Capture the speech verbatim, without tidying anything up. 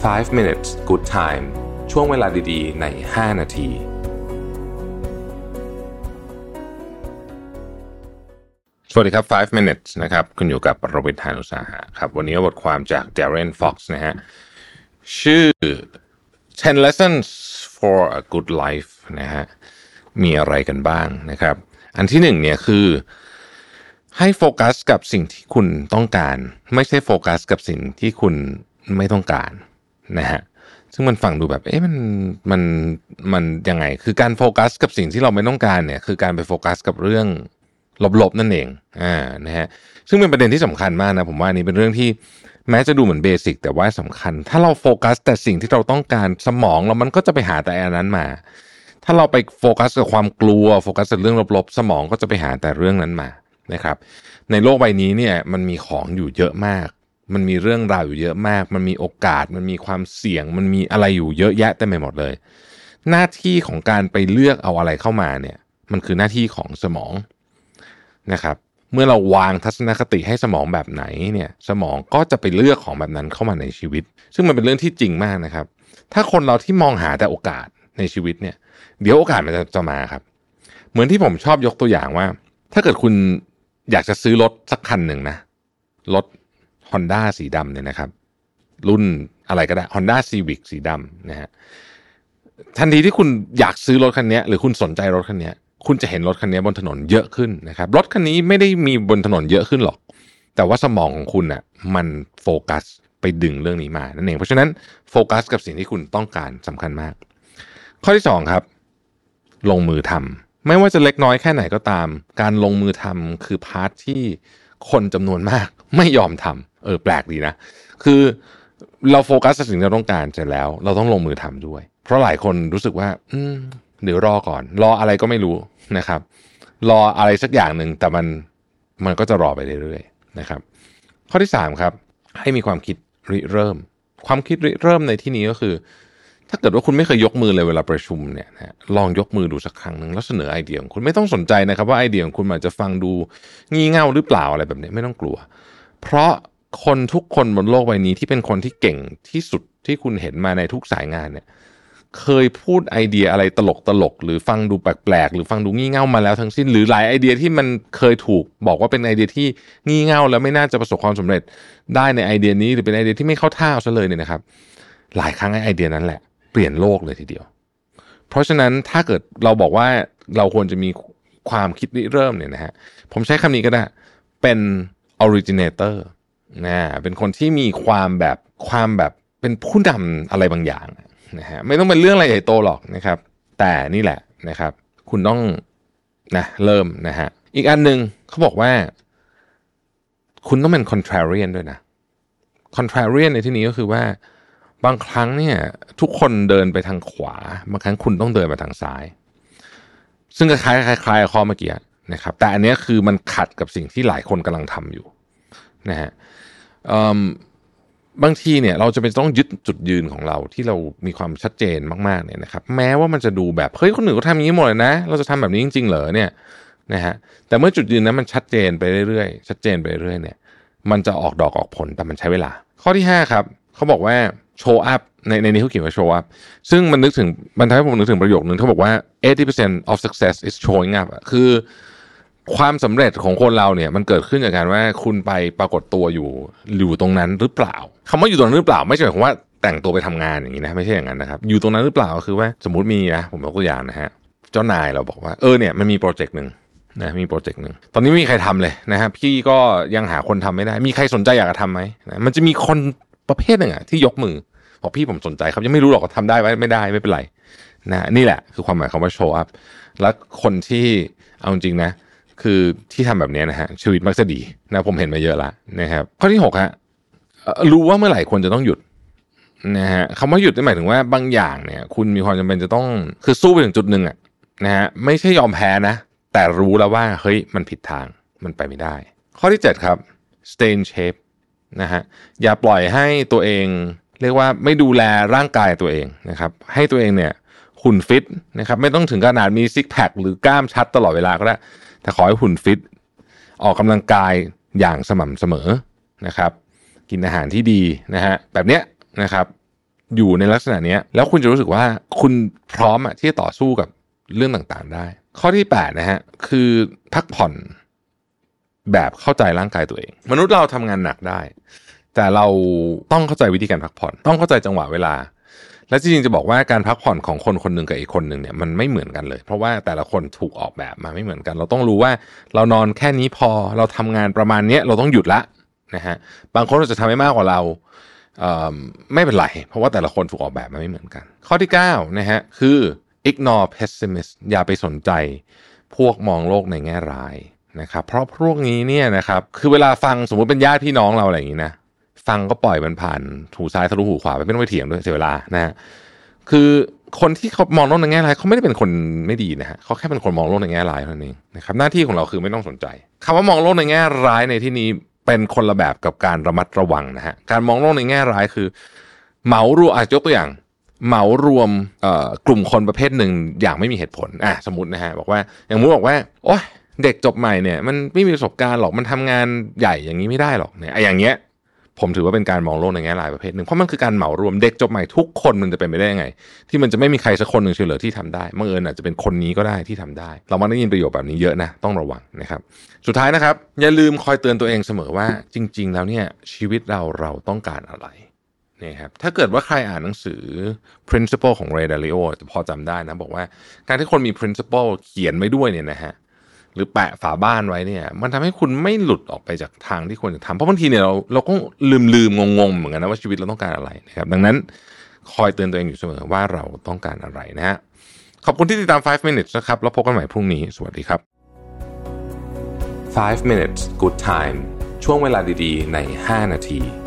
five minutes good time ช่วงเวลาดีๆในห้านาทีสวัสดีครับfive minutes นะครับคุณอยู่กับประวิทย์ หาญอุตสาหะครับวันนี้บทความจาก Darren Fox นะฮะชื่อten lessons for a good life นะฮะมีอะไรกันบ้างนะครับอันที่หนึ่งเนี่ยคือให้โฟกัสกับสิ่งที่คุณต้องการไม่ใช่โฟกัสกับสิ่งที่คุณไม่ต้องการนะฮะซึ่งมันฟังดูแบบเอ๊ะมันมันมันยังไงคือการโฟกัสกับสิ่งที่เราไม่ต้องการเนี่ยคือการไปโฟกัสกับเรื่องลบๆนั่นเองอ่านะฮะซึ่งเป็นประเด็นที่สำคัญมากนะผมว่านี่เป็นเรื่องที่แม้จะดูเหมือนเบสิกแต่ว่าสำคัญถ้าเราโฟกัสแต่สิ่งที่เราต้องการสมองเรามันก็จะไปหาแต่อันนั้นมาถ้าเราไปโฟกัสกับความกลัวโฟกัสกับเรื่องลบๆสมองก็จะไปหาแต่เรื่องนั้นมานะครับในโลกใบนี้เนี่ยมันมีของอยู่เยอะมากมันมีเรื่องราวอยู่เยอะมากมันมีโอกาสมันมีความเสี่ยงมันมีอะไรอยู่เยอะแยะเต็มไปหมดเลยหน้าที่ของการไปเลือกเอาอะไรเข้ามาเนี่ยมันคือหน้าที่ของสมองนะครับเมื่อเราวางทัศนคติให้สมองแบบไหนเนี่ยสมองก็จะไปเลือกของแบบนั้นเข้ามาในชีวิตซึ่งมันเป็นเรื่องที่จริงมากนะครับถ้าคนเราที่มองหาแต่โอกาสในชีวิตเนี่ยเดี๋ยวโอกาสมันจะจะมาครับเหมือนที่ผมชอบยกตัวอย่างว่าถ้าเกิดคุณอยากจะซื้อรถสักคันหนึ่งนะรถ Honda สีดำเนี่ยนะครับรุ่นอะไรก็ได้ Honda Civic สีดำนะฮะทันทีที่คุณอยากซื้อรถคันนี้หรือคุณสนใจรถคันนี้คุณจะเห็นรถคันนี้บนถนนเยอะขึ้นนะครับรถคันนี้ไม่ได้มีบนถนนเยอะขึ้นหรอกแต่ว่าสมองของคุณน่ะมันโฟกัสไปดึงเรื่องนี้มานั่นเองเพราะฉะนั้นโฟกัสกับสิ่งที่คุณต้องการสำคัญมากข้อที่สองครับลงมือทำไม่ว่าจะเล็กน้อยแค่ไหนก็ตามการลงมือทำคือพาร์ทที่คนจำนวนมากไม่ยอมทำเออแปลกดีนะคือเราโฟกัสกับสิ่งที่เราต้องการเสร็จแล้วเราต้องลงมือทำด้วยเพราะหลายคนรู้สึกว่าอืมเดี๋ยวรอก่อนรออะไรก็ไม่รู้นะครับรออะไรสักอย่างหนึ่งแต่มันมันก็จะรอไปเรื่อยๆนะครับข้อที่สามครับให้มีความคิดริเริ่มความคิดริเริ่มในที่นี้ก็คือถ้าเกิดว่าคุณไม่เคยยกมือเลยเวลาประชุมเนี่ยนะลองยกมือดูสักครั้งหนึ่งแล้วเสนอไอเดียของคุณไม่ต้องสนใจนะครับว่าไอเดียของคุณอาจจะฟังดูงี่เง่าหรือเปล่าอะไรแบบนี้ไม่ต้องกลัวเพราะคนทุกคนบนโลกใบนี้ที่เป็นคนที่เก่งที่สุดที่คุณเห็นมาในทุกสายงานเนี่ยเคยพูดไอเดียอะไรตลกตลกหรือฟังดูแปลกๆหรือฟังดูงี่เง่ามาแล้วทั้งสิ้นหรือหลายไอเดียที่มันเคยถูกบอกว่าเป็นไอเดียที่งี่เง่าแล้วไม่น่าจะประสบความสำเร็จได้ในไอเดียนี้หรือเป็นไอเดียที่ไม่เข้าท่าซะเลยเนี่ยนะครับหลายครั้งไอเดียนั้นแหละเปลี่ยนโลกเลยทีเดียวเพราะฉะนั้นถ้าเกิดเราบอกว่าเราควรจะมีความคิดริเริ่มเนี่ยนะฮะผมใช้คำนี้ก็ได้เป็น originator นะเป็นคนที่มีความแบบความแบบเป็นผู้นำอะไรบางอย่างนะฮะไม่ต้องเป็นเรื่องอะไรใหญ่โตหรอกนะครับแต่นี่แหละนะครับคุณต้องนะเริ่มนะฮะอีกอันนึงเขาบอกว่าคุณต้องเป็น contrarian ด้วยนะ contrarian ในที่นี้ก็คือว่าบางครั้งเนี่ยทุกคนเดินไปทางขวาบางครั้งคุณต้องเดินไปทางซ้ายซึ่งคล้ายๆคล้ายๆข้อเมื่อกี้นะครับแต่อันนี้คือมันขัดกับสิ่งที่หลายคนกำลังทำอยู่นะฮะบางทีเนี่ยเราจะเป็นต้องยึดจุดยืนของเราที่เรามีความชัดเจนมากๆเนี่ยนะครับแม้ว่ามันจะดูแบบเฮ้ยคนอื่นก็ทำอย่างนี้หมดเลยนะเราจะทำแบบนี้จริงๆเหรอเนี่ยนะฮะแต่เมื่อจุดยืนนั้นมันชัดเจนไปเรื่อยๆชัดเจนไปเรื่อยๆเนี่ยมันจะออกดอกออกผลแต่มันใช้เวลาข้อที่ห้าครับเขาบอกว่าโชว์อัพในในนี้เขาเขียนว่าโชว์อัพซึ่งมันนึกถึงมันทำให้ผมนึกถึงประโยคนึงเขาบอกว่า eighty percent of success is showing up คือความสำเร็จของคนเราเนี่ยมันเกิดขึ้นจากการว่าคุณไปปรากฏตัวอยู่อยู่ตรงนั้นหรือเปล่าคำว่าอยู่ตรงนั้นหรือเปล่าไม่ใช่หมายความว่าแต่งตัวไปทำงานอย่างนี้นะไม่ใช่อย่างนั้นนะครับอยู่ตรงนั้นหรือเปล่าก็คือว่าสมมุติมีนะผมยกตัวอย่างนะฮะเจ้านายเราบอกว่าเออเนี่ยมันมีโปรเจกต์นึงนะมีโปรเจกต์นึงตอนนี้ไม่มีใครทำเลยนะฮะพี่ก็ยังหาคนทำไม่ได้มีใครสนใจอยากจะทำไหมนะมันจะมีคนประเภทหนึ่งอะที่ยกมือบอกพี่ผมสนใจครับยังไม่รู้หรอกว่าทำได้ไหมไม่ได้ไม่เป็นไรนะนี่แหละคือความหมายคำว่าโชว์อัพและคนที่เอาจริงนะคือที่ทำแบบนี้นะฮะชีวิตมักจะดีนะผมเห็นมาเยอะแล้วนะครับข้อที่หกฮะรู้ว่าเมื่อไหร่ควรจะต้องหยุดนะฮะคำว่าหยุดนี่หมายถึงว่าบางอย่างเนี่ยคุณมีความจำเป็นจะต้องคือสู้ไปถึงจุดหนึ่งอะนะฮะไม่ใช่ยอมแพ้นะแต่รู้แล้วว่าเฮ้ยมันผิดทางมันไปไม่ได้ข้อที่เจ็ดครับ stay in shape นะฮะอย่าปล่อยให้ตัวเองเรียกว่าไม่ดูแลร่างกายตัวเองนะครับให้ตัวเองเนี่ยหุ่นฟิตนะครับไม่ต้องถึงขนาดมีซิกแพคหรือกล้ามชัดตลอดเวลาก็ได้แต่ขอให้หุ่นฟิตออกกำลังกายอย่างสม่ำเสมอนะครับกินอาหารที่ดีนะฮะแบบเนี้ยนะครับอยู่ในลักษณะนี้แล้วคุณจะรู้สึกว่าคุณพร้อมอะที่จะต่อสู้กับเรื่องต่างๆได้ข้อที่แปดนะฮะคือพักผ่อนแบบเข้าใจร่างกายตัวเองมนุษย์เราทำงานหนักได้แต่เราต้องเข้าใจวิธีการพักผ่อนต้องเข้าใจจังหวะเวลาและจริงๆจะบอกว่าการพักผ่อนของคนคนหนึ่งกับอีกคนหนึ่งเนี่ยมันไม่เหมือนกันเลยเพราะว่าแต่ละคนถูกออกแบบมาไม่เหมือนกันเราต้องรู้ว่าเรานอนแค่นี้พอเราทำงานประมาณนี้เราต้องหยุดละนะฮะบางคนเราจะทำให้มากกว่าเราไม่เป็นไรเพราะว่าแต่ละคนถูกออกแบบมาไม่เหมือนกันข้อที่เก้านะฮะคือ ignore pessimist อย่าไปสนใจพวกมองโลกในแง่ร้ายนะครับเพราะพวกนี้เนี่ยนะครับคือเวลาฟังสมมุติเป็นญาติพี่น้องเราอะไรอย่างนี้นะฟังก็ปล่อยมันผ่านหูซ้ายทะลุหูขวาไปไม่ต้องไปเถียงด้วยเสียเวลานะฮะคือคนที่เขามองโลกในแง่ร้ายเขาไม่ได้เป็นคนไม่ดีนะฮะเขาแค่เป็นคนมองโลกในแง่ร้ายเท่านั้นเองนะครับหน้าที่ของเราคือไม่ต้องสนใจคำว่ามองโลกในแง่ร้ายในที่นี้เป็นคนละแบบกับการระมัดระวังนะฮะการมองโลกในแง่ร้ายคือเหมารวมอาจยกตัวอย่างเหมารวมกลุ่มคนประเภทหนึ่งอย่างไม่มีเหตุผลอ่ะสมมตินะฮะบอกว่าอย่างมุติบอกว่าโอ๊ยเด็กจบใหม่เนี่ยมันไม่มีประสบการณ์หรอกมันทำงานใหญ่อย่างนี้ไม่ได้หรอกเนี่ยไอ้อย่างเงี้ยผมถือว่าเป็นการมองโลกในแง่ร้ายประเภทหนึ่งเพราะมันคือการเหมารวมเด็กจบใหม่ทุกคนมันจะเป็นไปได้ยังไงที่มันจะไม่มีใครสักคนหนึ่งเฉลี่ยที่ทำได้บังเอิญอาจจะเป็นคนนี้ก็ได้ที่ทำได้เรามาได้ยินประโยชน์แบบนี้เยอะนะต้องระวังนะครับสุดท้ายนะครับอย่าลืมคอยเตือนตัวเองเสมอว่าจริงๆแล้วเนี่ยชีวิตเราเราต้องการอะไรนี่ครับถ้าเกิดว่าใครอ่านหนังสือ principle ของ Ray Dalio พอจำได้นะบอกว่าการที่คนมี principle เขียนไว้ด้วยเนี่ยนะฮะหรือแปะฝาบ้านไว้เนี่ยมันทำให้คุณไม่หลุดออกไปจากทางที่ควรจะทำเพราะบางทีเนี่ยเราเราก็ลืมลืมงงๆเหมือนกันนะว่าชีวิตเราต้องการอะไรนะครับดังนั้นคอยเตือนตัวเองอยู่เสมอว่าเราต้องการอะไรนะฮะขอบคุณที่ติดตามไฟว์ minutes นะครับแล้วพบกันใหม่พรุ่งนี้สวัสดีครับไฟว์ minutes good time ช่วงเวลาดีๆในห้านาที